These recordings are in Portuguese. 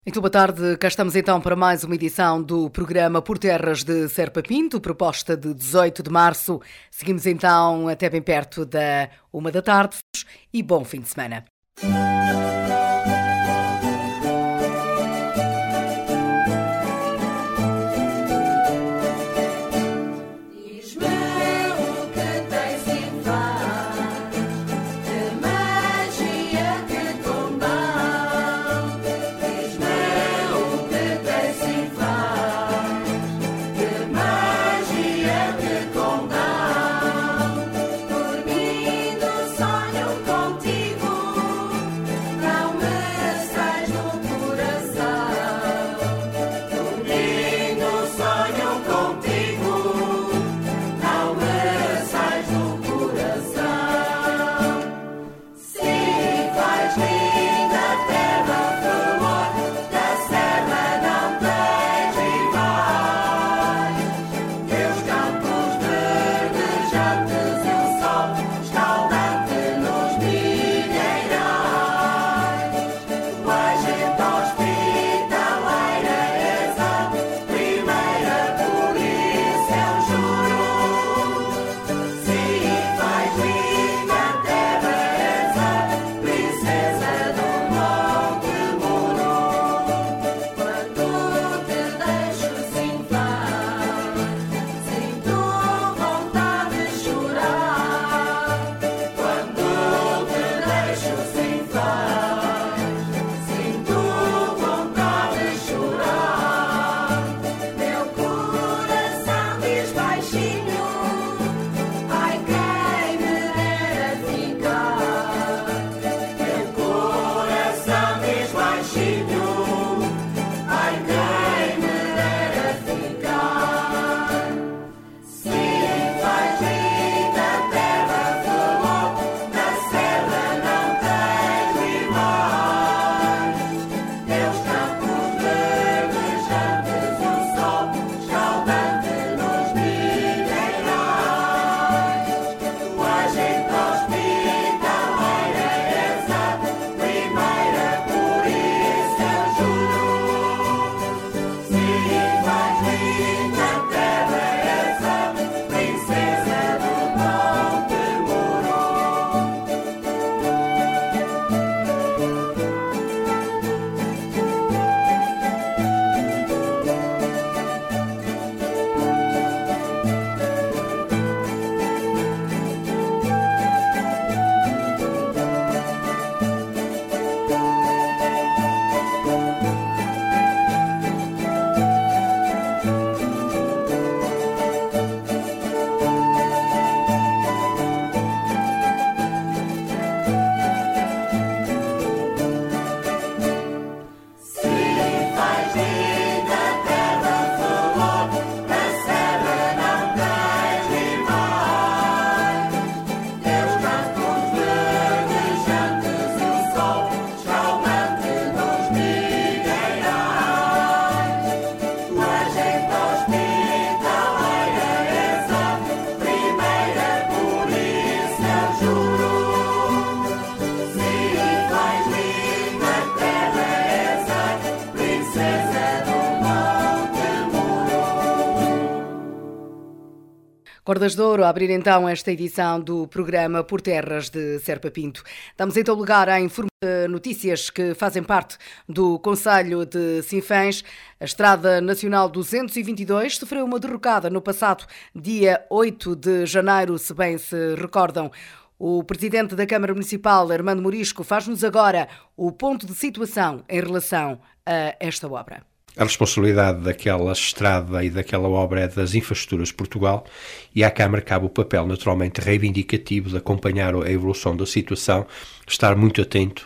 Muito boa tarde, cá estamos então para mais uma edição do programa Por Terras de Serpa Pinto, proposta de 18 de março. Seguimos então até bem perto da 1 da tarde e bom fim de semana. Cordas de Ouro a abrir então esta edição do programa Por Terras de Serpa Pinto. Damos então lugar a notícias que fazem parte do Concelho de Sinfãs. A Estrada Nacional 222 sofreu uma derrocada no passado dia 8 de janeiro, se bem se recordam. O Presidente da Câmara Municipal, Armando Morisco, faz-nos agora o ponto de situação em relação a esta obra. A responsabilidade daquela estrada e daquela obra é das Infraestruturas de Portugal e à Câmara cabe o papel naturalmente reivindicativo de acompanhar a evolução da situação, estar muito atento,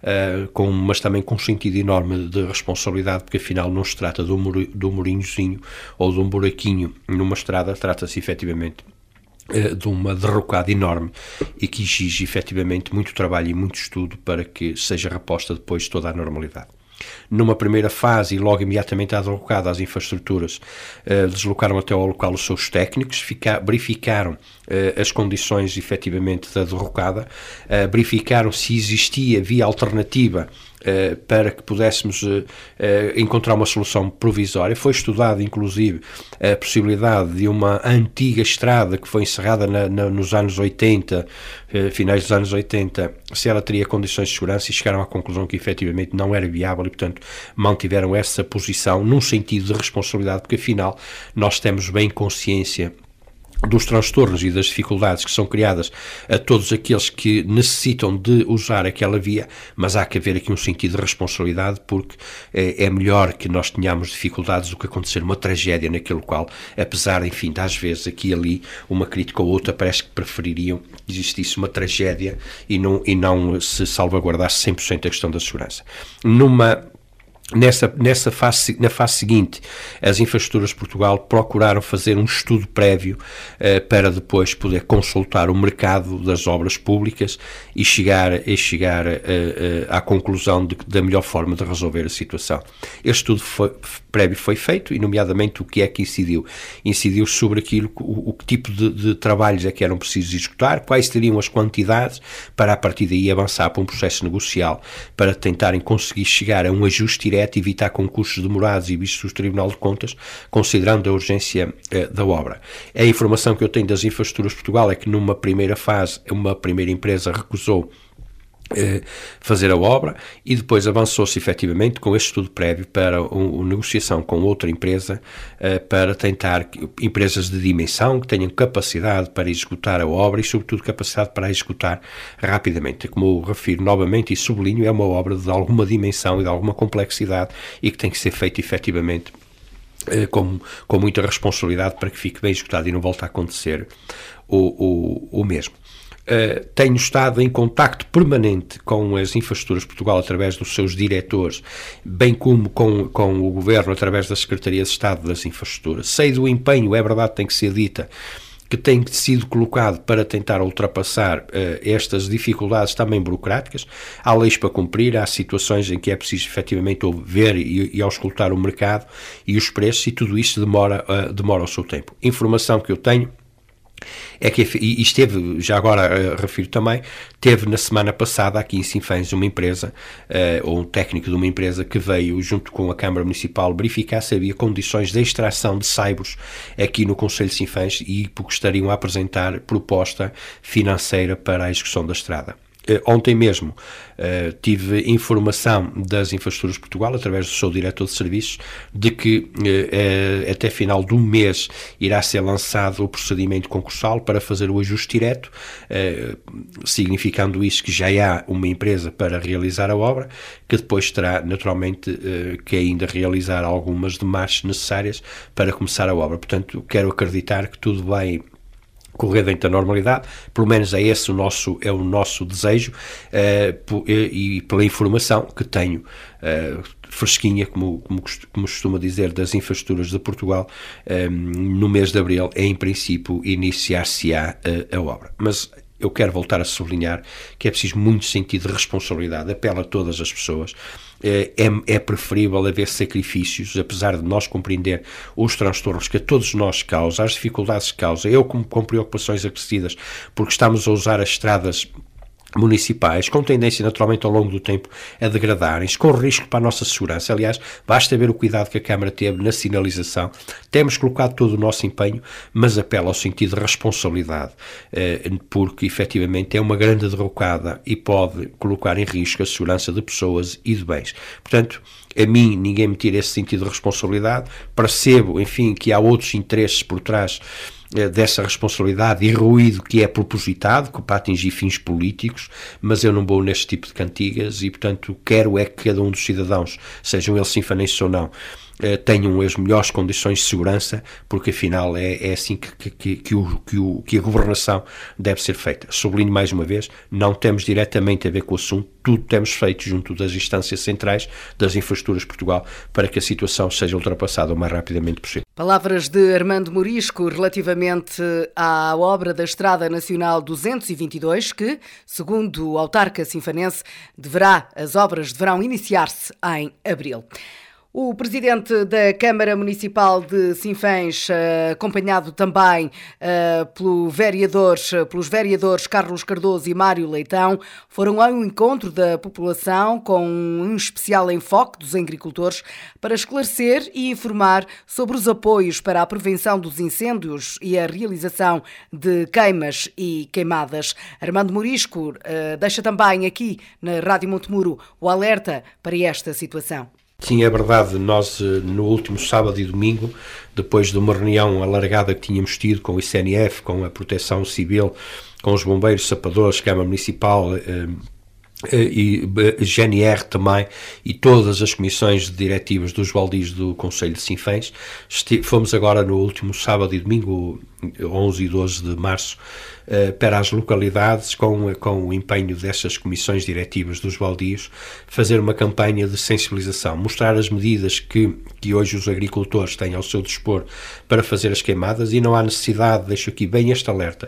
mas também com um sentido enorme de responsabilidade, porque afinal não se trata de um morinhozinho ou de um buraquinho numa estrada, trata-se efetivamente de uma derrocada enorme e que exige efetivamente muito trabalho e muito estudo para que seja reposta depois toda a normalidade. Numa primeira fase, e logo imediatamente à derrocada, as infraestruturas deslocaram até ao local os seus técnicos, verificaram as condições efetivamente da derrocada, verificaram se existia via alternativa para que pudéssemos encontrar uma solução provisória. Foi estudado, inclusive, a possibilidade de uma antiga estrada que foi encerrada nos anos 80, finais dos anos 80, se ela teria condições de segurança, e chegaram à conclusão que efetivamente não era viável e, portanto, mantiveram essa posição num sentido de responsabilidade, porque afinal nós temos bem consciência dos transtornos e das dificuldades que são criadas a todos aqueles que necessitam de usar aquela via, mas há que haver aqui um sentido de responsabilidade, porque é melhor que nós tenhamos dificuldades do que acontecer uma tragédia naquele local, apesar, enfim, de às vezes aqui e ali, uma crítica ou outra, parece que prefeririam que existisse uma tragédia e não se salvaguardasse 100% a questão da segurança. Na fase seguinte, as Infraestruturas de Portugal procuraram fazer um estudo prévio para depois poder consultar o mercado das obras públicas e chegar à conclusão da melhor forma de resolver a situação. Este estudo prévio foi feito, e nomeadamente o que é que incidiu? Incidiu sobre aquilo, o que tipo de trabalhos é que eram precisos executar, quais seriam as quantidades, para a partir daí avançar para um processo negocial para tentarem conseguir chegar a um ajuste direto, evitar concursos demorados e vistos do Tribunal de Contas, considerando a urgência da obra. A informação que eu tenho das Infraestruturas de Portugal é que numa primeira fase, uma primeira empresa recusou fazer a obra, e depois avançou-se efetivamente com este estudo prévio para uma negociação com outra empresa para tentar, empresas de dimensão que tenham capacidade para executar a obra e sobretudo capacidade para a executar rapidamente. Como eu refiro novamente e sublinho, é uma obra de alguma dimensão e de alguma complexidade e que tem que ser feita efetivamente com muita responsabilidade para que fique bem executado e não volte a acontecer o mesmo. Tenho estado em contacto permanente com as Infraestruturas de Portugal através dos seus diretores, bem como com o Governo através da Secretaria de Estado das Infraestruturas. Sei do empenho, é verdade, tem que ser dita, que tem sido colocado para tentar ultrapassar estas dificuldades também burocráticas. Há leis para cumprir, há situações em que é preciso efetivamente ver e auscultar o mercado e os preços, e tudo isso demora o seu tempo. Informação que eu tenho é que, e esteve, já agora refiro também, teve na semana passada aqui em Sinfãs uma empresa, ou um técnico de uma empresa que veio junto com a Câmara Municipal verificar se havia condições de extração de saibros aqui no Concelho de Sinfãs, e porque estariam a apresentar proposta financeira para a execução da estrada. Ontem mesmo tive informação das Infraestruturas de Portugal, através do seu diretor de serviços, de que até final do mês irá ser lançado o procedimento concursal para fazer o ajuste direto, significando isso que já há uma empresa para realizar a obra, que depois terá naturalmente que ainda realizar algumas demarches necessárias para começar a obra. Portanto, quero acreditar que tudo vai correr dentro da normalidade, pelo menos é esse o nosso desejo, e pela informação que tenho fresquinha, como costuma dizer, das Infraestruturas de Portugal, no mês de abril, em princípio, iniciar-se-á a obra. Mas eu quero voltar a sublinhar que é preciso muito sentido de responsabilidade, apelo a todas as pessoas. É preferível haver sacrifícios, apesar de nós compreender os transtornos que a todos nós causa, as dificuldades que causa, eu com preocupações acrescidas, porque estamos a usar as estradas municipais, com tendência naturalmente ao longo do tempo a degradarem-se, com risco para a nossa segurança. Aliás, basta ver o cuidado que a Câmara teve na sinalização. Temos colocado todo o nosso empenho, mas apelo ao sentido de responsabilidade, porque efetivamente é uma grande derrocada e pode colocar em risco a segurança de pessoas e de bens. Portanto, a mim ninguém me tira esse sentido de responsabilidade. Percebo, enfim, que há outros interesses por trás dessa responsabilidade e ruído que é propositado para atingir fins políticos, mas eu não vou neste tipo de cantigas e, portanto, quero é que cada um dos cidadãos, sejam eles sinfanenses ou não, tenham as melhores condições de segurança, porque afinal é assim que a governação deve ser feita. Sublinho mais uma vez, não temos diretamente a ver com o assunto, tudo temos feito junto das instâncias centrais das Infraestruturas de Portugal para que a situação seja ultrapassada o mais rapidamente possível. Palavras de Armando Morisco relativamente à obra da Estrada Nacional 222, que, segundo o autarca sinfanense, as obras deverão iniciar-se em abril. O presidente da Câmara Municipal de Sinfãs, acompanhado também pelos vereadores Carlos Cardoso e Mário Leitão, foram ao encontro da população com um especial enfoque dos agricultores para esclarecer e informar sobre os apoios para a prevenção dos incêndios e a realização de queimas e queimadas. Armando Morisco deixa também aqui na Rádio Montemuro o alerta para esta situação. Sim, é verdade, nós no último sábado e domingo, depois de uma reunião alargada que tínhamos tido com o ICNF, com a Proteção Civil, com os bombeiros, sapadores, Câmara Municipal e GNR também, e todas as comissões diretivas dos baldios do Conselho de Sinfãs, fomos agora no último sábado e domingo, 11 e 12 de março, para as localidades, com o empenho dessas comissões diretivas dos baldios, fazer uma campanha de sensibilização, mostrar as medidas que hoje os agricultores têm ao seu dispor para fazer as queimadas, e não há necessidade, deixo aqui bem este alerta,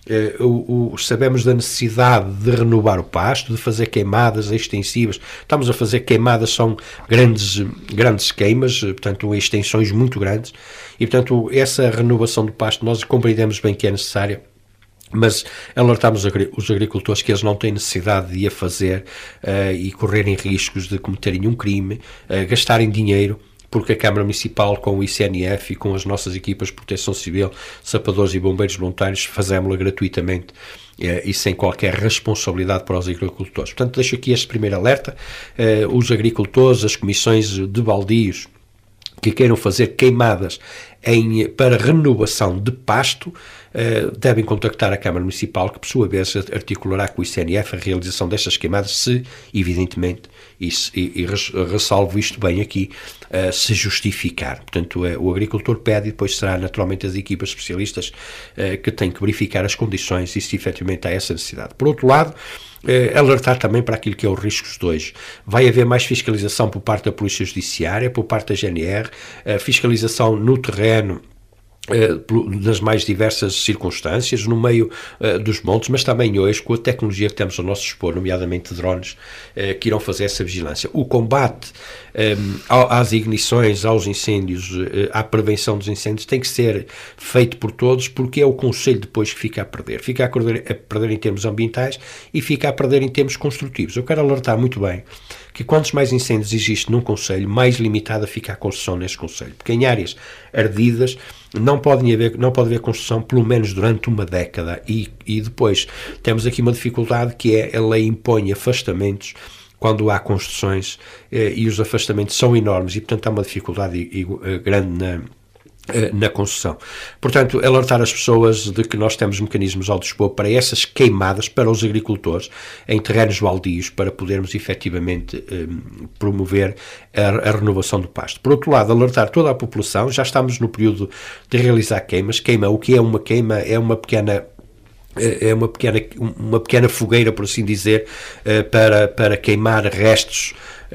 sabemos da necessidade de renovar o pasto, de fazer queimadas extensivas. Estamos a fazer queimadas, são grandes queimas, portanto, extensões muito grandes, e, portanto, essa renovação do pasto nós compreendemos bem que é necessária, mas alertamos os agricultores que eles não têm necessidade de a fazer e correrem riscos de cometerem um crime, gastarem dinheiro, porque a Câmara Municipal, com o ICNF e com as nossas equipas de proteção civil, sapadores e bombeiros voluntários, fazemos-la gratuitamente e sem qualquer responsabilidade para os agricultores. Portanto, deixo aqui este primeiro alerta. Os agricultores, as comissões de baldios que queiram fazer queimadas para renovação de pasto, devem contactar a Câmara Municipal, que por sua vez articulará com o ICNF a realização destas queimadas, se, evidentemente, e ressalvo isto bem aqui, se justificar. Portanto, o agricultor pede, e depois será naturalmente as equipas especialistas que têm que verificar as condições e se efetivamente há essa necessidade. Por outro lado, alertar também para aquilo que é os riscos de hoje. Vai haver mais fiscalização por parte da Polícia Judiciária, por parte da GNR, fiscalização no terreno, nas mais diversas circunstâncias, no meio dos montes, mas também hoje com a tecnologia que temos ao nosso dispor, nomeadamente drones, que irão fazer essa vigilância. O combate às ignições, aos incêndios, à prevenção dos incêndios, tem que ser feito por todos, porque é o Conselho depois que fica a perder. Fica a perder em termos ambientais e fica a perder em termos construtivos. Eu quero alertar muito bem que quantos mais incêndios existe num concelho, mais limitada fica a construção nesse concelho, porque em áreas ardidas não pode haver construção pelo menos durante uma década, e depois temos aqui uma dificuldade, que é a lei impõe afastamentos quando há construções, e os afastamentos são enormes, e portanto há uma dificuldade grande na construção. Portanto, alertar as pessoas de que nós temos mecanismos ao dispor para essas queimadas, para os agricultores, em terrenos baldios, para podermos efetivamente promover a renovação do pasto. Por outro lado, alertar toda a população, já estamos no período de realizar queimas. O que é uma queima? É uma pequena fogueira, por assim dizer, para queimar restos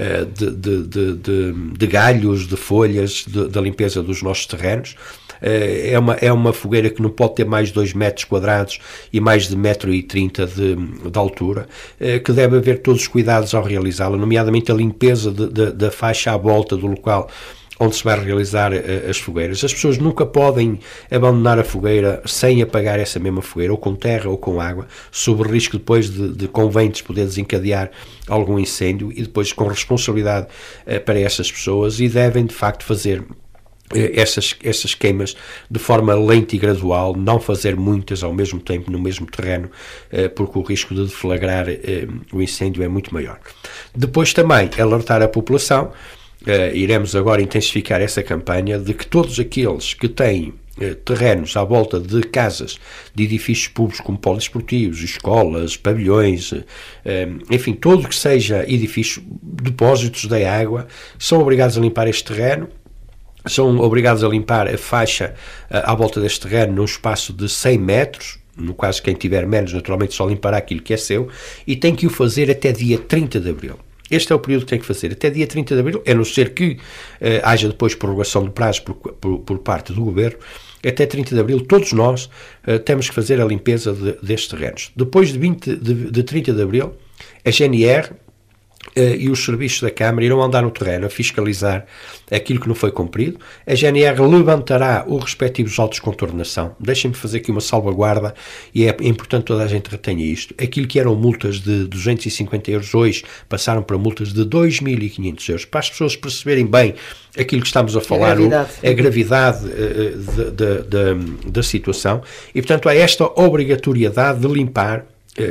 de galhos, de folhas, da limpeza dos nossos terrenos. É uma fogueira que não pode ter mais de 2 metros quadrados e mais de 1,30 m de altura, que deve haver todos os cuidados ao realizá-la, nomeadamente a limpeza da faixa à volta do local onde se vai realizar as fogueiras. As pessoas nunca podem abandonar a fogueira sem apagar essa mesma fogueira, ou com terra ou com água, sob o risco depois de com ventos poder desencadear algum incêndio, e depois com responsabilidade para essas pessoas, e devem de facto fazer essas queimas de forma lenta e gradual, não fazer muitas ao mesmo tempo no mesmo terreno, porque o risco de deflagrar o incêndio é muito maior. Depois também alertar a população. Iremos agora intensificar essa campanha de que todos aqueles que têm terrenos à volta de casas, de edifícios públicos como poliesportivos, escolas, pavilhões, enfim, tudo que seja edifício, depósitos de água, são obrigados a limpar este terreno, são obrigados a limpar a faixa à volta deste terreno num espaço de 100 metros, no caso quem tiver menos, naturalmente só limpará aquilo que é seu, e tem que o fazer até dia 30 de abril. Este é o período que tem que fazer, até dia 30 de abril, a não ser que haja depois prorrogação de prazo por parte do Governo. Até 30 de abril, todos nós temos que fazer a limpeza destes terrenos. Depois de 30 de abril, a GNR e os serviços da Câmara irão andar no terreno a fiscalizar aquilo que não foi cumprido. A GNR levantará os respectivos autos de contornação. Deixem-me fazer aqui uma salvaguarda, e é importante toda a gente retenha isto. Aquilo que eram multas de 250 euros hoje passaram para multas de 2.500 euros. Para as pessoas perceberem bem aquilo que estamos a falar, a gravidade da situação. E, portanto, há esta obrigatoriedade de limpar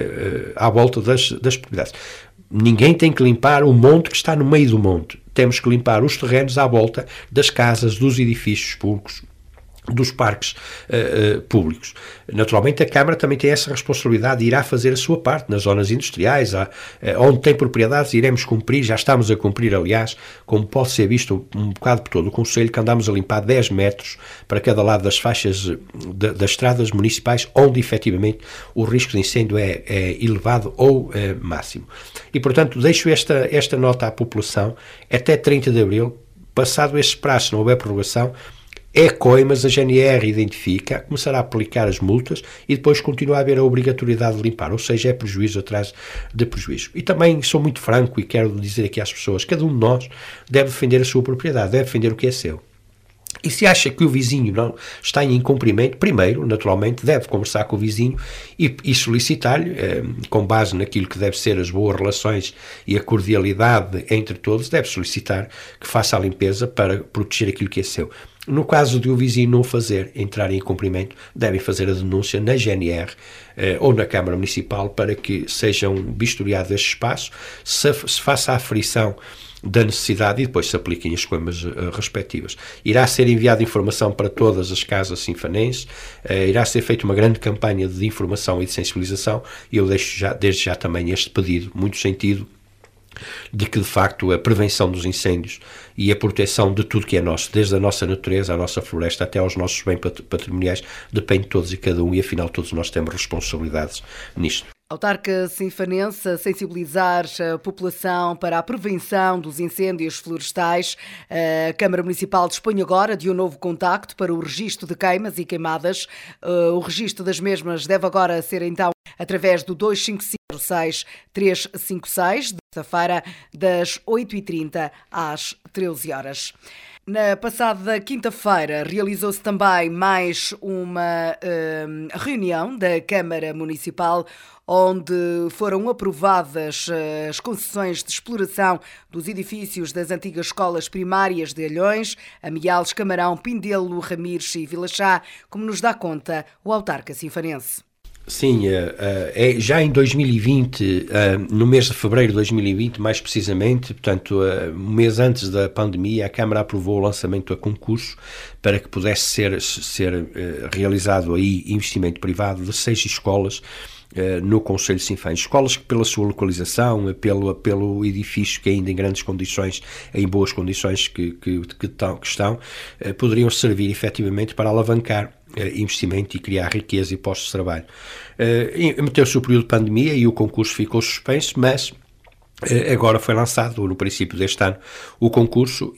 à volta das propriedades. Ninguém tem que limpar o monte que está no meio do monte. Temos que limpar os terrenos à volta das casas, dos edifícios públicos, dos parques públicos. Naturalmente, a Câmara também tem essa responsabilidade e irá fazer a sua parte nas zonas industriais, onde tem propriedades, iremos cumprir, já estamos a cumprir, aliás, como pode ser visto um bocado por todo o Conselho, que andamos a limpar 10 metros para cada lado das faixas das estradas municipais, onde efetivamente o risco de incêndio é elevado ou máximo. E, portanto, deixo esta nota à população: até 30 de abril, passado este prazo, se não houver prorrogação, é coimas, a GNR identifica, começará a aplicar as multas e depois continua a haver a obrigatoriedade de limpar, ou seja, é prejuízo atrás de prejuízo. E também sou muito franco e quero dizer aqui às pessoas: cada um de nós deve defender a sua propriedade, deve defender o que é seu. E se acha que o vizinho não está em incumprimento, primeiro, naturalmente, deve conversar com o vizinho e solicitar-lhe, com base naquilo que deve ser as boas relações e a cordialidade entre todos, deve solicitar que faça a limpeza para proteger aquilo que é seu. No caso de o vizinho não fazer, entrar em incumprimento, devem fazer a denúncia na GNR ou na Câmara Municipal para que sejam vistoriados estes espaços, se faça a aferição da necessidade e depois se apliquem as coimas respectivas. Irá ser enviada informação para todas as casas sinfanenses, irá ser feita uma grande campanha de informação e de sensibilização, e eu deixo desde já também este pedido, muito sentido, de que de facto a prevenção dos incêndios e a proteção de tudo que é nosso, desde a nossa natureza, a nossa floresta, até aos nossos bens patrimoniais, depende de todos e cada um, e afinal todos nós temos responsabilidades nisto. Autarca sinfanense a sensibilizar a população para a prevenção dos incêndios florestais. A Câmara Municipal dispõe agora de um novo contacto para o registro de queimas e queimadas. O registro das mesmas deve agora ser então através do 255-6-356, desta-feira, das 8h30 às 13h. Na passada quinta-feira realizou-se também mais uma reunião da Câmara Municipal, onde foram aprovadas as concessões de exploração dos edifícios das antigas escolas primárias de Alhões, Amiales, Camarão, Pindelo, Ramires e Vila Chá, como nos dá conta o autarca sinfanense. Sim, já em 2020, no mês de fevereiro de 2020, mais precisamente, portanto, um mês antes da pandemia, a Câmara aprovou o lançamento a concurso para que pudesse ser realizado aí investimento privado de 6 escolas no Conselho de Sinfãs. Escolas que, pela sua localização, pelo edifício que ainda em grandes condições, em boas condições que estão, poderiam servir efetivamente para alavancar investimento e criar riqueza e postos de trabalho. Meteu-se o período de pandemia e o concurso ficou suspenso, mas agora foi lançado, no princípio deste ano, o concurso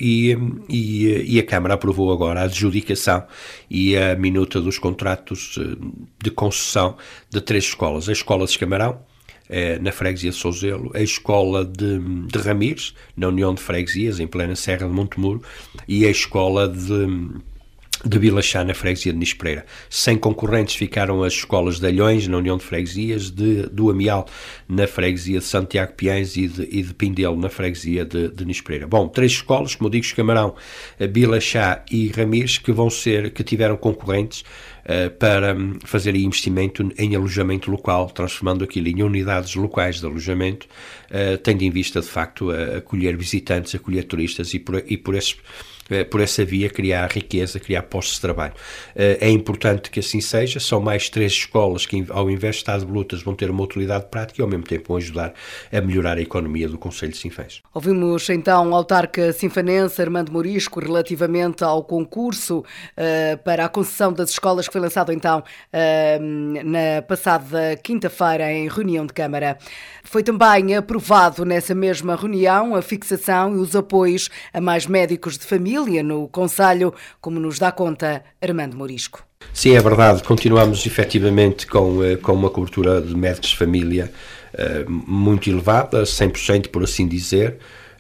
e a Câmara aprovou agora a adjudicação e a minuta dos contratos de concessão de 3 escolas. A Escola de Camarão, na freguesia de Souzelo, a Escola de Ramires, na União de Freguesias, em plena Serra de Montemuro, e a Escola de Vila Chá, na freguesia de Nispereira. Sem concorrentes ficaram as escolas de Alhões, na União de Freguesias, do Amial, na freguesia de Santiago Piães e de Pindelo, na freguesia de Nispereira. Bom, 3 escolas, como digo, Camarão, Vila Chá e Ramires, que tiveram concorrentes para fazer investimento em alojamento local, transformando aquilo em unidades locais de alojamento, tendo em vista, de facto, acolher visitantes, acolher turistas e por essa via criar riqueza, criar postos de trabalho. É importante que assim seja. São mais 3 escolas que, ao invés de estar de lutas, vão ter uma utilidade prática e ao mesmo tempo vão ajudar a melhorar a economia do Concelho de Sinfãs. Ouvimos então o autarca sinfanense Armando Morisco relativamente ao concurso para a concessão das escolas, que foi lançado então na passada quinta-feira em reunião de Câmara. Foi também aprovado nessa mesma reunião a fixação e os apoios a mais médicos de família no Concelho, como nos dá conta Armando Morisco. Sim, é verdade. Continuamos efetivamente com uma cobertura de médicos de família muito elevada, 100% por assim dizer.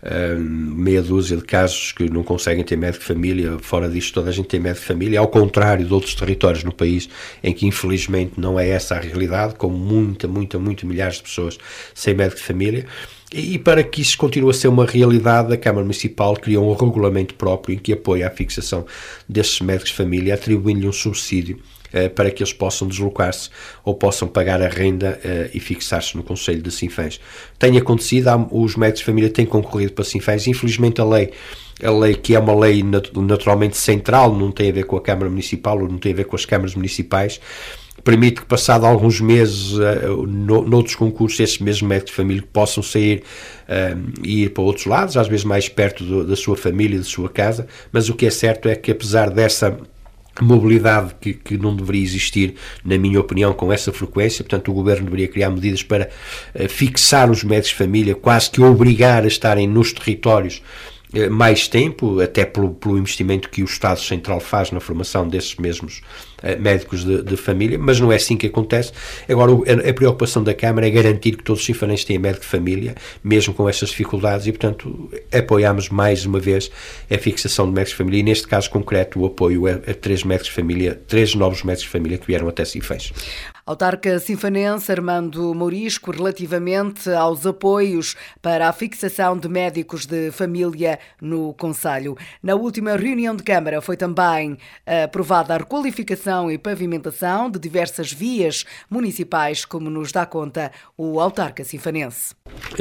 Meia dúzia de casos que não conseguem ter médico de família. Fora disto, toda a gente tem médico de família, ao contrário de outros territórios no país em que infelizmente não é essa a realidade, com muita milhares de pessoas sem médico de família. E para que isso continue a ser uma realidade, a Câmara Municipal criou um regulamento próprio em que apoia a fixação desses médicos de família, atribuindo-lhe um subsídio para que eles possam deslocar-se ou possam pagar a renda e fixar-se no Conselho de Sinfãs. Tem acontecido, os médicos de família têm concorrido para Sinfãs. Infelizmente a lei, que é uma lei naturalmente central, não tem a ver com a Câmara Municipal ou não tem a ver com as câmaras municipais, permite que, passado alguns meses, noutros concursos, esses mesmos médicos de família possam sair e ir para outros lados, às vezes mais perto da sua família, da sua casa. Mas o que é certo é que, apesar dessa mobilidade que não deveria existir, na minha opinião, com essa frequência, portanto o Governo deveria criar medidas para fixar os médicos de família, quase que obrigar a estarem nos territórios mais tempo, até pelo investimento que o Estado Central faz na formação desses mesmos médicos de família, mas não é assim que acontece. Agora, a preocupação da Câmara é garantir que todos os sinfanenses têm médico de família, mesmo com essas dificuldades, e, portanto, apoiamos mais uma vez a fixação de médicos de família, e neste caso concreto o apoio a 3 médicos de família, 3 novos médicos de família que vieram até Sinfãs. Autarca sinfanense Armando Mourisco, relativamente aos apoios para a fixação de médicos de família no concelho. Na última reunião de Câmara foi também aprovada a requalificação e pavimentação de diversas vias municipais, como nos dá conta o autarca sinfanense.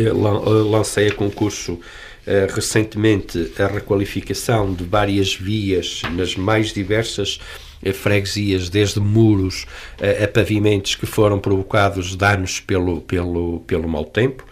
Lancei a concurso recentemente a requalificação de várias vias nas mais diversas freguesias, desde muros a pavimentos que foram provocados danos pelo mau tempo.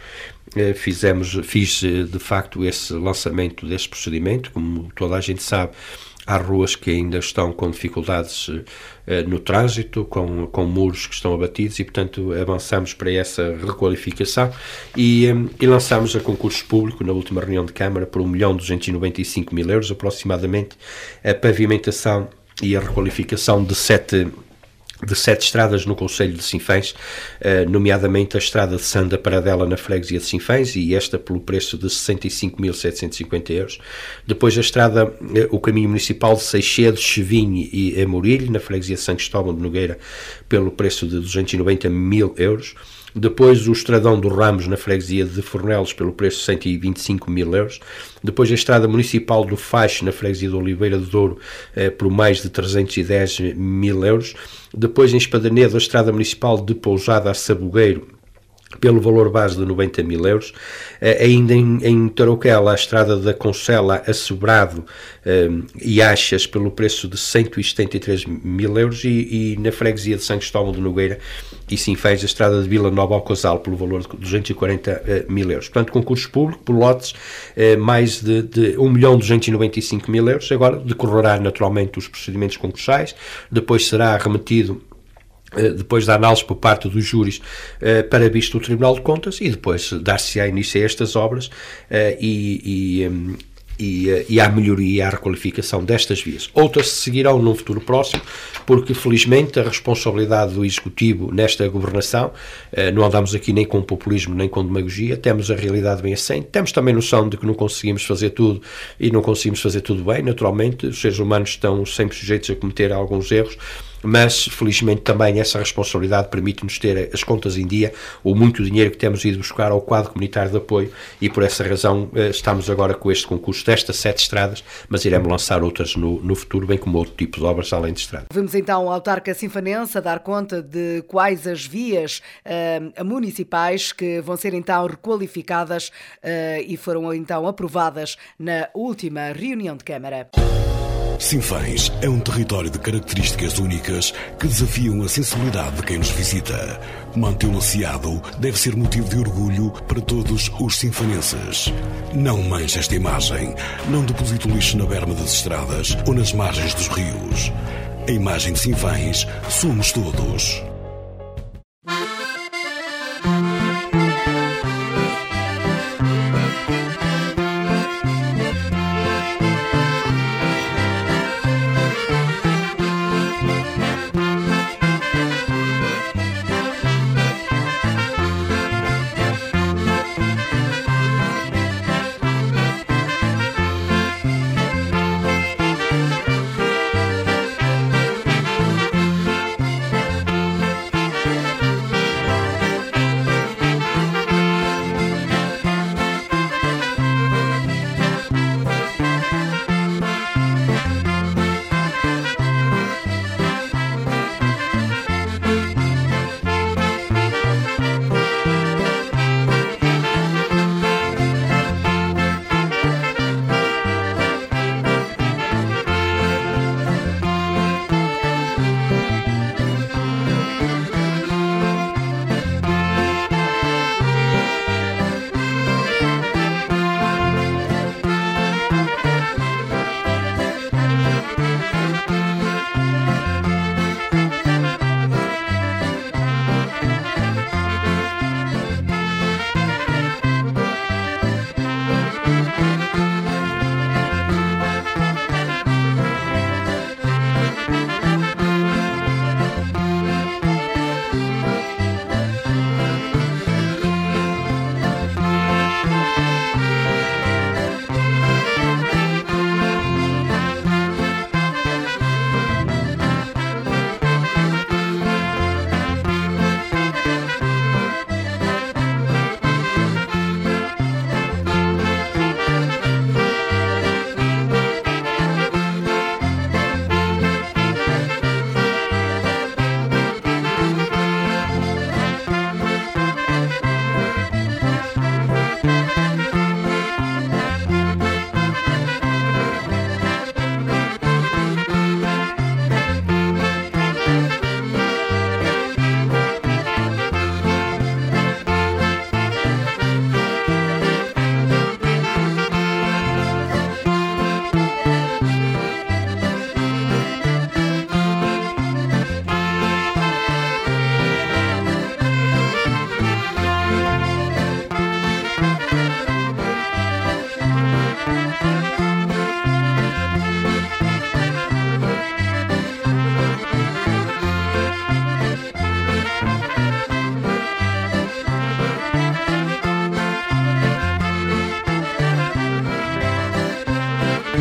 Fiz de facto esse lançamento desse procedimento. Como toda a gente sabe, há ruas que ainda estão com dificuldades no trânsito, com muros que estão abatidos, e portanto avançamos para essa requalificação e lançamos a concurso público na última reunião de Câmara por 1.295.000 euros aproximadamente, a pavimentação e a requalificação de 7 estradas no Concelho de Sinfãs, nomeadamente a estrada de Sanda Paradela na freguesia de Sinfãs, e esta pelo preço de 65.750 euros. Depois a estrada, o caminho municipal de Seixedo, Chevinho e Amorilho, na freguesia de São Cristóvão de Nogueira, pelo preço de 290.000 euros. Depois o Estradão dos Ramos, na freguesia de Fornelos, pelo preço de 125.000 euros. Depois a estrada municipal do Faixo, na freguesia de Oliveira de Douro, por mais de 310.000 euros. Depois em Espadanedo, a estrada municipal de Pousada a Sabugueiro, pelo valor base de 90.000 euros. Ainda em Tarouquela, a estrada da Concela a Sobrado e Achas, pelo preço de 173.000 euros, e na freguesia de São Cristóvão de Nogueira e Sinfãs, a estrada de Vila Nova ao Casal, pelo valor de 240.000 euros. Portanto, concurso público, por lotes, mais de 1.295.000 euros. Agora decorrerá naturalmente os procedimentos concursais, depois será remetido, depois da análise por parte dos júris, para visto do Tribunal de Contas, e depois dar-se-á início a estas obras e à melhoria e à requalificação destas vias. Outras se seguirão num futuro próximo, porque felizmente a responsabilidade do Executivo nesta governação, não andamos aqui nem com populismo nem com demagogia, temos a realidade bem assente, temos também noção de que não conseguimos fazer tudo e não conseguimos fazer tudo bem, naturalmente, os seres humanos estão sempre sujeitos a cometer alguns erros, mas felizmente também essa responsabilidade permite-nos ter as contas em dia, o muito dinheiro que temos ido buscar ao quadro comunitário de apoio, e por essa razão estamos agora com este concurso destas 7 estradas, mas iremos lançar outras no futuro, bem como outro tipo de obras além de estradas. Vimos então o autarca sinfanense a dar conta de quais as vias municipais que vão ser então requalificadas e foram então aprovadas na última reunião de Câmara. Sinfãs é um território de características únicas que desafiam a sensibilidade de quem nos visita. Mantê-lo asseado deve ser motivo de orgulho para todos os sinfanenses. Não manche esta imagem. Não deposite o lixo na berma das estradas ou nas margens dos rios. A imagem de Sinfãs somos todos.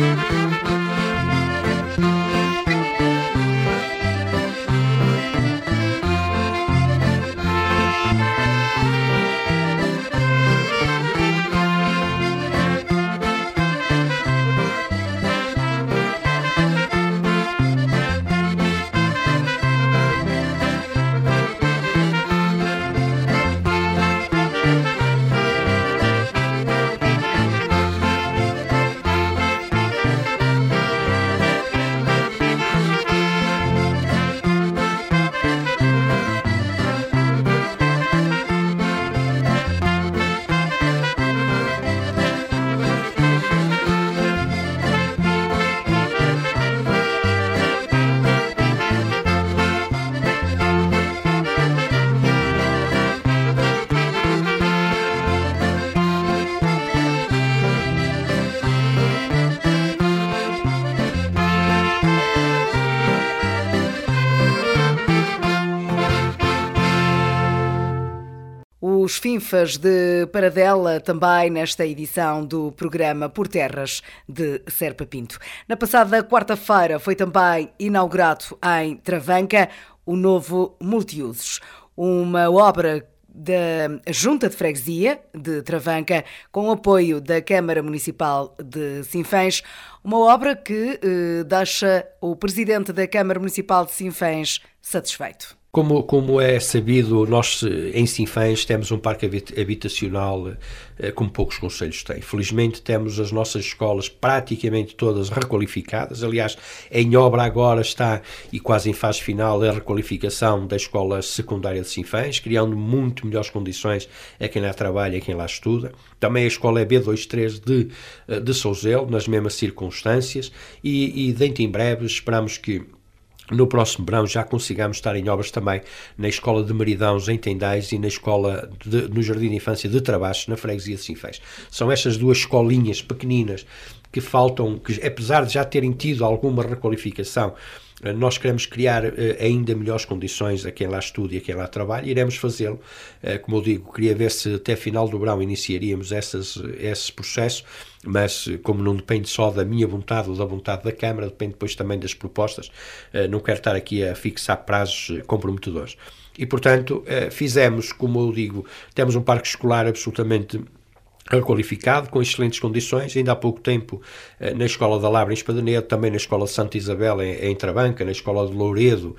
Os Finfas de Paradela, também nesta edição do programa Por Terras de Serpa Pinto. Na passada quarta-feira foi também inaugurado em Travanca o novo Multiusos, uma obra da Junta de Freguesia de Travanca, com o apoio da Câmara Municipal de Sinfãs, uma obra que deixa o Presidente da Câmara Municipal de Sinfãs satisfeito. Como é sabido, nós em Sinfãs temos um parque habitacional como poucos concelhos têm. Felizmente temos as nossas escolas praticamente todas requalificadas. Aliás, em obra agora está, e quase em fase final, a requalificação da escola secundária de Sinfãs, criando muito melhores condições a quem lá trabalha e a quem lá estuda. Também a escola B23 de Souzelo, nas mesmas circunstâncias, e dentro em breve esperamos que no próximo verão já consigamos estar em obras também na Escola de Maridãos em Tendais e na Escola no Jardim de Infância de Trabaixos, na Freguesia de Sinfãs. São estas duas escolinhas pequeninas que faltam, que apesar de já terem tido alguma requalificação, nós queremos criar ainda melhores condições a quem lá estuda e a quem lá trabalha, e iremos fazê-lo. Como eu digo, queria ver se até final do verão iniciaríamos esse processo, mas como não depende só da minha vontade ou da vontade da Câmara, depende depois também das propostas, não quero estar aqui a fixar prazos comprometedores. E, portanto, fizemos, como eu digo, temos um parque escolar absolutamente requalificado, com excelentes condições. Ainda há pouco tempo, na Escola da Lavra em Espadanedo, também na Escola de Santa Isabel em Travanca, na Escola de Louredo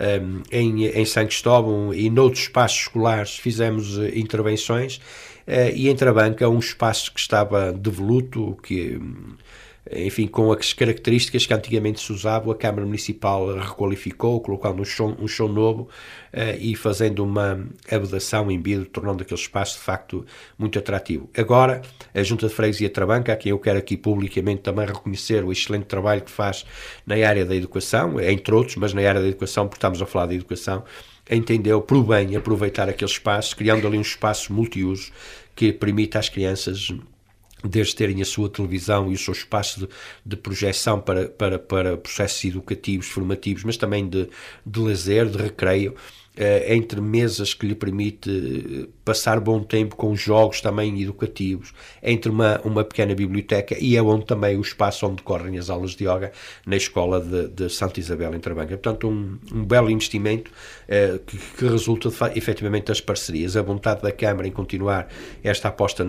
em São Cristóvão e noutros espaços escolares fizemos intervenções, e em Travanca um espaço que estava devoluto, que enfim, com as características que antigamente se usavam, a Câmara Municipal requalificou, colocando um chão novo e fazendo uma abedação em vidro, tornando aquele espaço de facto muito atrativo. Agora, a Junta de Freguesia de Travanca, a quem eu quero aqui publicamente também reconhecer o excelente trabalho que faz na área da educação, entre outros, mas na área da educação, porque estamos a falar de educação, entendeu por bem aproveitar aquele espaço, criando ali um espaço multiuso que permita às crianças, desde terem a sua televisão e o seu espaço de projeção para processos educativos, formativos, mas também de lazer, de recreio, entre mesas que lhe permite passar bom tempo com jogos também educativos, entre uma pequena biblioteca, e é onde também o espaço onde decorrem as aulas de yoga na Escola de Santa Isabel em Travanca. Portanto, um belo investimento que resulta efetivamente das parcerias, a vontade da Câmara em continuar esta aposta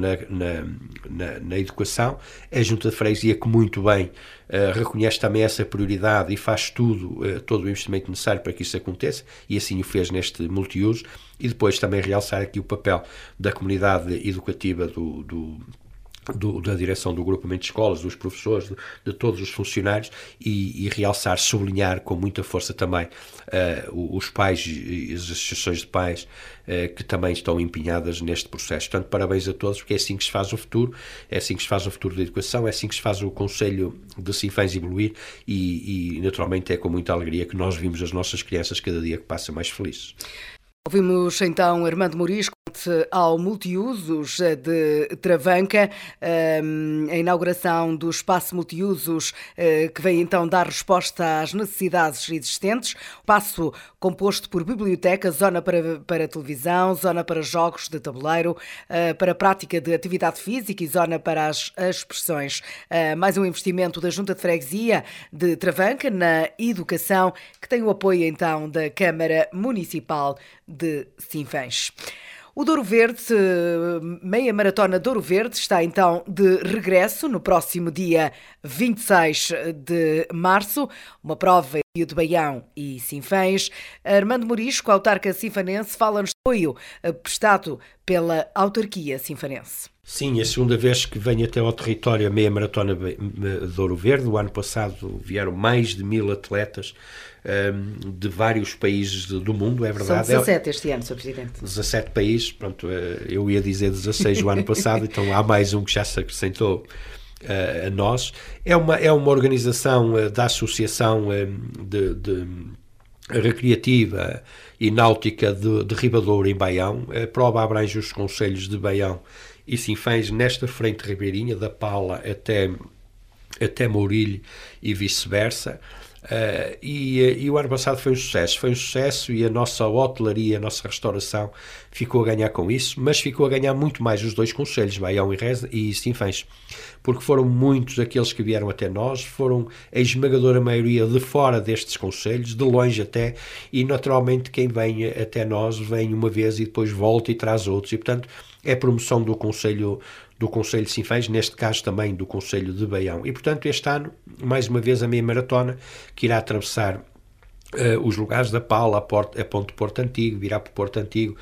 na educação, a Junta de Freguesia que muito bem reconhece também essa prioridade e faz todo o investimento necessário para que isso aconteça, e assim o fez neste multiuso. E depois também realçar aqui o papel da comunidade educativa da direção do agrupamento de escolas, dos professores, de todos os funcionários, e realçar, sublinhar com muita força também os pais e as associações de pais que também estão empenhadas neste processo. Portanto, parabéns a todos, porque é assim que se faz o futuro, é assim que se faz o futuro da educação, é assim que se faz o Conselho de Sinfãs evoluir, e naturalmente é com muita alegria que nós vimos as nossas crianças cada dia que passa mais felizes. Ouvimos então Armando Morisco, frente ao multiusos de Travanca, a inauguração do espaço multiusos que vem então dar resposta às necessidades existentes. Espaço composto por biblioteca, zona para televisão, zona para jogos de tabuleiro, para a prática de atividade física e zona para as expressões. Mais um investimento da Junta de Freguesia de Travanca na educação, que tem o apoio então da Câmara Municipal de Sinfãs. O Douro Verde, meia maratona Douro Verde, está então de regresso no próximo dia 26 de março, uma prova de Baião e Sinfãs. Armando Morisco, autarca sinfanense, fala-nos do apoio prestado pela autarquia sinfanense. Sim, é a segunda vez que venho até ao território a meia maratona Douro Verde. O ano passado vieram mais de 1000 atletas de vários países do mundo, é verdade. São 17 este ano, Sr. Presidente. 17 países, pronto, eu ia dizer 16 o ano passado, então há mais um que já se acrescentou a nós. É uma organização da Associação Recreativa e Náutica de Ribadouro, em Baião. A prova abrange os concelhos de Baião e Sinfãs, nesta frente ribeirinha, da Pala até Mourilho e vice-versa. E o ano passado foi um sucesso e a nossa hotelaria, a nossa restauração ficou a ganhar com isso, mas ficou a ganhar muito mais os dois concelhos, Baião e Sinfãs, porque foram muitos aqueles que vieram até nós, foram a esmagadora maioria de fora destes concelhos, de longe até, e naturalmente quem vem até nós vem uma vez e depois volta e traz outros, e portanto é promoção do Conselho de Sinfãs, neste caso também do Conselho de Baião. E, portanto, este ano, mais uma vez, a meia maratona, que irá atravessar os lugares da Pala, a ponte de Porto Antigo, virá para Porto Antigo,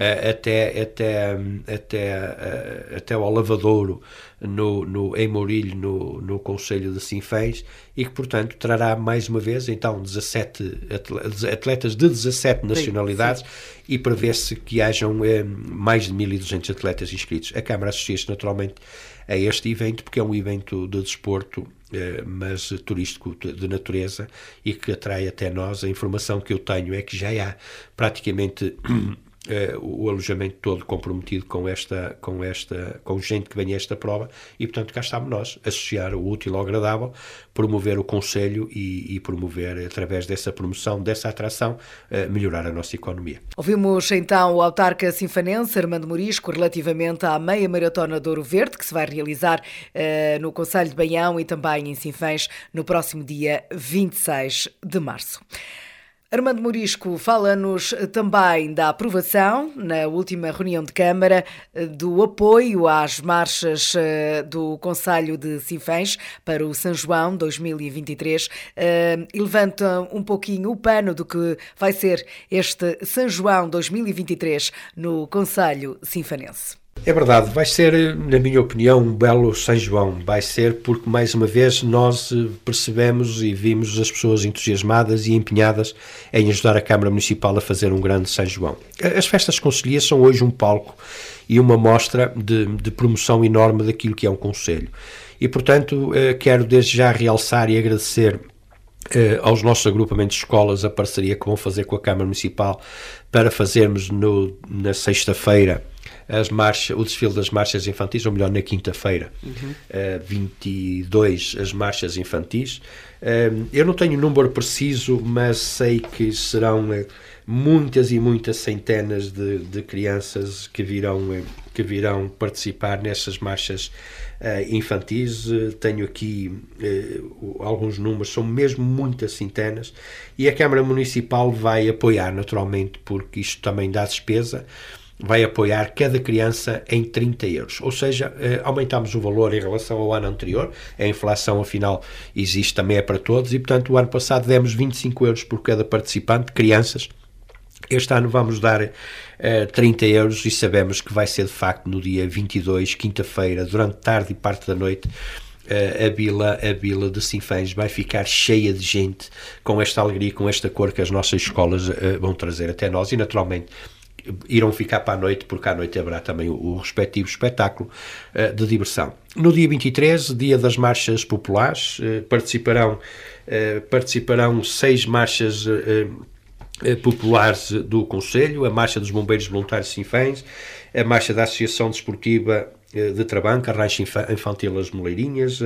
até ao Lavadouro, em Mourilho, no Concelho de Sinfãs, e que, portanto, trará mais uma vez, então, 17 atletas de 17 nacionalidades. Sim. E prevê-se que hajam mais de 1200 atletas inscritos. A Câmara associa-se naturalmente a este evento, porque é um evento de desporto, mas turístico de natureza, e que atrai até nós. A informação que eu tenho é que já há praticamente o alojamento todo comprometido com gente que vem a esta prova, e portanto cá estamos nós, associar o útil ao agradável, promover o Conselho e promover, através dessa promoção, dessa atração, melhorar a nossa economia. Ouvimos então o autarca sinfanense Armando Morisco relativamente à meia maratona Douro Verde, que se vai realizar no Concelho de Baião e também em Sinfãs no próximo dia 26 de março. Armando Morisco fala-nos também da aprovação, na última reunião de Câmara, do apoio às marchas do Concelho de Sinfãs para o São João 2023 e levanta um pouquinho o pano do que vai ser este São João 2023 no Concelho sinfanense. É verdade, vai ser, na minha opinião, um belo São João. Vai ser porque, mais uma vez, nós percebemos e vimos as pessoas entusiasmadas e empenhadas em ajudar a Câmara Municipal a fazer um grande São João. As festas concelhias são hoje um palco e uma mostra de promoção enorme daquilo que é um concelho. E, portanto, quero desde já realçar e agradecer aos nossos agrupamentos de escolas a parceria que vão fazer com a Câmara Municipal para fazermos na sexta-feira o desfile das marchas infantis, ou melhor, na quinta-feira, 22, as marchas infantis. Eu não tenho o número preciso, mas sei que serão muitas e muitas centenas de crianças que virão participar nessas marchas infantis. Tenho aqui alguns números, são mesmo muitas centenas, e a Câmara Municipal vai apoiar, naturalmente, porque isto também dá despesa. Vai apoiar cada criança em 30 euros, ou seja, aumentamos o valor em relação ao ano anterior. A inflação, afinal, existe, também é para todos, e portanto o ano passado demos 25 euros por cada participante, crianças. Este ano vamos dar 30 euros e sabemos que vai ser de facto no dia 22, quinta-feira, durante tarde e parte da noite. A vila de Sinfãs vai ficar cheia de gente, com esta alegria, com esta cor que as nossas escolas vão trazer até nós, e naturalmente irão ficar para a noite, porque à noite haverá também o respectivo espetáculo de diversão. No dia 23, dia das marchas populares, participarão 6 marchas populares do Conselho, a Marcha dos Bombeiros Voluntários de Sinfãs, a Marcha da Associação Desportiva de Trabanca, a Rancho Infantil As Moleirinhas,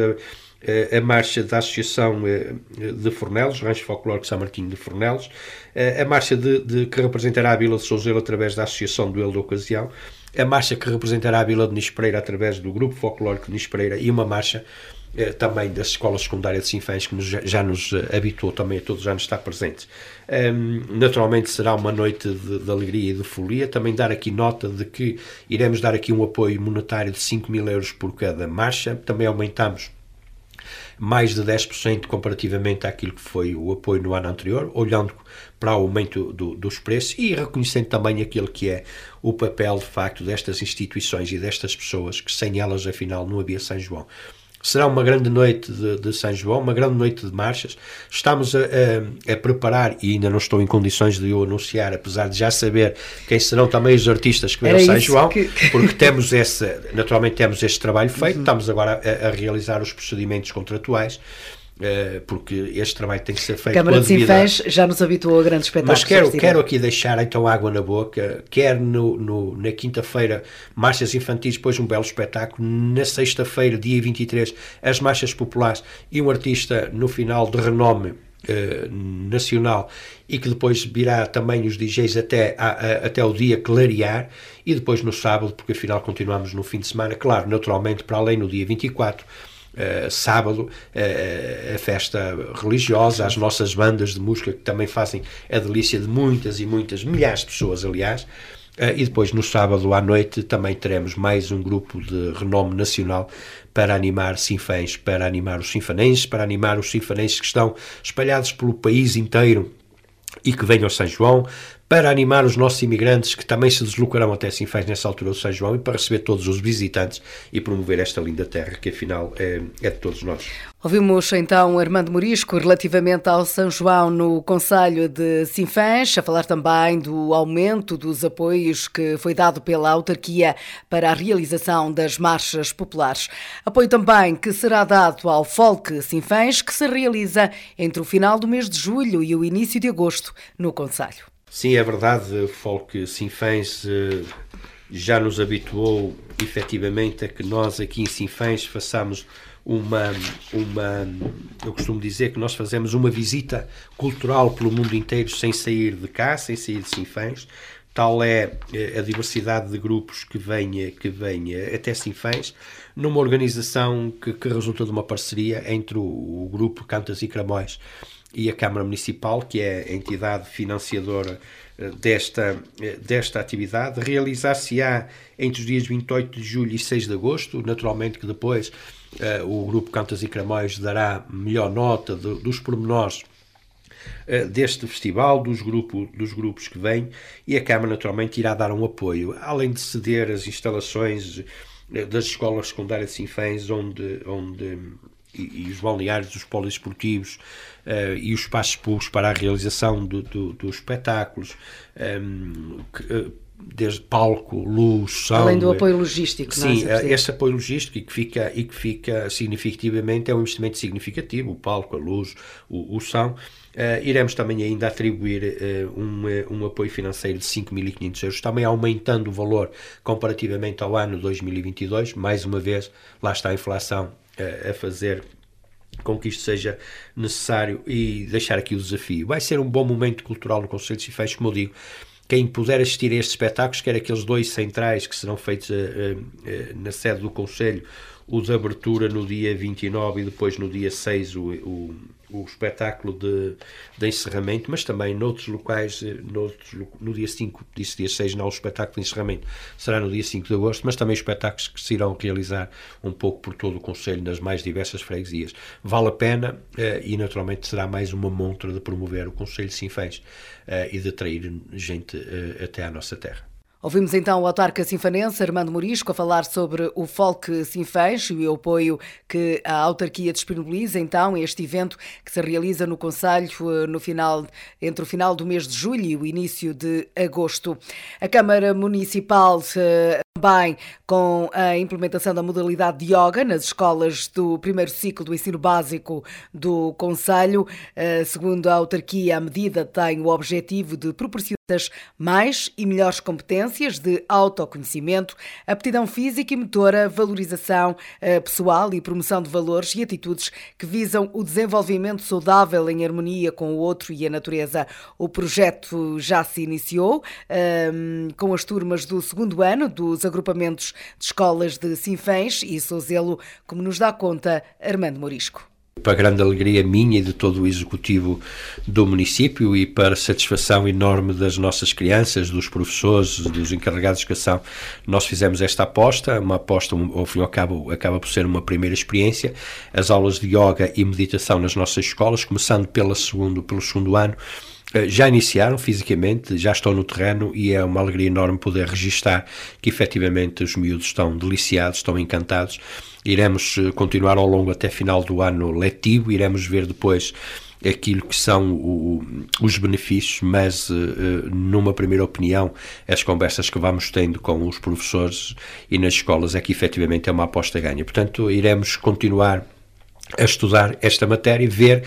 a Marcha da Associação de Fornelos, Rancho Folclórico São Martinho de Fornelos, a Marcha que representará a Vila de Souzelo através da Associação Duelo da Ocasião, a Marcha que representará a Vila de Nispereira através do Grupo Folclórico de Nispereira e uma marcha também da Escola Secundária de Sinfãs, que já nos habituou também a todos os anos estar presentes. Naturalmente será uma noite de alegria e de folia. Também dar aqui nota de que iremos dar aqui um apoio monetário de 5.000 euros por cada marcha. Também aumentamos mais de 10% comparativamente àquilo que foi o apoio no ano anterior, olhando para o aumento dos preços e reconhecendo também aquele que é o papel, de facto, destas instituições e destas pessoas, que sem elas, afinal, não havia São João. Será uma grande noite de São João, uma grande noite de marchas. Estamos a preparar, e ainda não estou em condições de eu anunciar, apesar de já saber quem serão também os artistas que vêm ao São João, porque naturalmente temos este trabalho feito, estamos agora a realizar os procedimentos contratuais, porque este trabalho tem que ser feito. A Câmara de Sinfãs já nos habituou a grandes espetáculos. Mas quero aqui deixar então água na boca, quer na quinta-feira marchas infantis, depois um belo espetáculo, na sexta-feira, dia 23, as marchas populares e um artista no final de renome nacional, e que depois virá também os DJs até o dia clarear, e depois no sábado, porque afinal continuamos no fim de semana, claro, naturalmente para além no dia 24, sábado, a festa religiosa, as nossas bandas de música que também fazem a delícia de muitas e muitas, milhares de pessoas, aliás, e depois no sábado à noite também teremos mais um grupo de renome nacional para animar Sinfãs, para animar os sinfanenses, para animar os sinfanenses que estão espalhados pelo país inteiro e que venham a São João, para animar os nossos imigrantes que também se deslocarão até Sinfãs nessa altura do São João, e para receber todos os visitantes e promover esta linda terra que afinal é de todos nós. Ouvimos então Armando Morisco relativamente ao São João no Concelho de Sinfãs, a falar também do aumento dos apoios que foi dado pela autarquia para a realização das marchas populares. Apoio também que será dado ao Folk Sinfãs, que se realiza entre o final do mês de julho e o início de agosto no concelho. Sim, é verdade, o Folk Sinfãs já nos habituou efetivamente a que nós aqui em Sinfãs façamos eu costumo dizer que nós fazemos uma visita cultural pelo mundo inteiro sem sair de cá, sem sair de Sinfãs. Tal é a diversidade de grupos que vem até Sinfãs, numa organização que resulta de uma parceria entre o grupo Cantas e Cramóis e a Câmara Municipal, que é a entidade financiadora desta atividade. Realizar-se-á entre os dias 28 de julho e 6 de agosto, naturalmente que depois o grupo Cantas e Cramóis dará melhor nota dos pormenores deste festival, dos grupos que vêm, e a Câmara naturalmente irá dar um apoio, além de ceder as instalações das escolas secundárias de Sinfãs, e os balneários, os poliesportivos e os espaços públicos para a realização dos espetáculos, desde palco, luz, som. Além do apoio logístico. Sim, esse apoio logístico e que fica significativamente, é um investimento significativo, o palco, a luz, o som. Iremos também ainda atribuir um apoio financeiro de 5.500 euros, também aumentando o valor comparativamente ao ano 2022. Mais uma vez, lá está a inflação a fazer com que isto seja necessário, e deixar aqui o desafio. Vai ser um bom momento cultural no Concelho de Sinfãs, como eu digo. Quem puder assistir a estes espetáculos, quer aqueles 2 centrais que serão feitos na sede do Concelho, o de abertura no dia 29 e depois no dia 6 o espetáculo de encerramento, mas também noutros locais, no dia 5, disse dia 6 não, o espetáculo de encerramento será no dia 5 de agosto, mas também espetáculos que se irão realizar um pouco por todo o Concelho, nas mais diversas freguesias. Vale a pena, e naturalmente será mais uma montra de promover o Concelho de Sinfãs e de atrair gente até à nossa terra. Ouvimos então o autarca sinfanense Armando Morisco a falar sobre o Folk Sinfãs e o apoio que a autarquia disponibiliza então a este evento que se realiza no concelho entre o final do mês de julho e o início de agosto. A Câmara Municipal também com a implementação da modalidade de yoga nas escolas do primeiro ciclo do ensino básico do concelho. Segundo a autarquia, a medida tem o objetivo de proporcionar mais e melhores competências de autoconhecimento, aptidão física e motora, valorização pessoal e promoção de valores e atitudes que visam o desenvolvimento saudável em harmonia com o outro e a natureza. O projeto já se iniciou com as turmas do segundo ano dos agrupamentos de escolas de Sinfãs e Sozelo, como nos dá conta Armando Morisco. Para a grande alegria minha e de todo o executivo do município e para a satisfação enorme das nossas crianças, dos professores, dos encarregados de educação, nós fizemos esta aposta, uma aposta, ao fim e ao cabo, acaba por ser uma primeira experiência. As aulas de yoga e meditação nas nossas escolas, começando pelo segundo ano, já iniciaram fisicamente, já estão no terreno e é uma alegria enorme poder registar que efetivamente os miúdos estão deliciados, estão encantados. Iremos continuar ao longo até final do ano letivo, iremos ver depois aquilo que são os benefícios, mas numa primeira opinião, as conversas que vamos tendo com os professores e nas escolas é que efetivamente é uma aposta ganha. Portanto, iremos continuar a estudar esta matéria, ver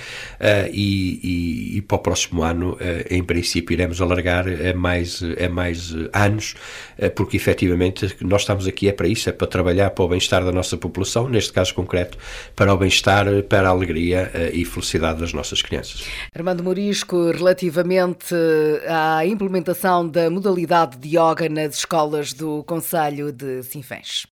e para o próximo ano, em princípio, iremos alargar a mais anos, porque efetivamente nós estamos aqui para isso, é para trabalhar para o bem-estar da nossa população, neste caso concreto, para o bem-estar, para a alegria e felicidade das nossas crianças. Armando Morisco, relativamente à implementação da modalidade de yoga nas escolas do concelho de Sinfãs.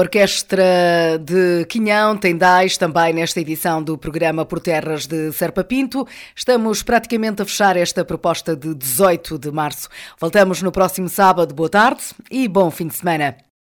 Orquestra de Quinhão, Tendais, também nesta edição do programa Por Terras de Serpa Pinto. Estamos praticamente a fechar esta proposta de 18 de março. Voltamos no próximo sábado. Boa tarde e bom fim de semana.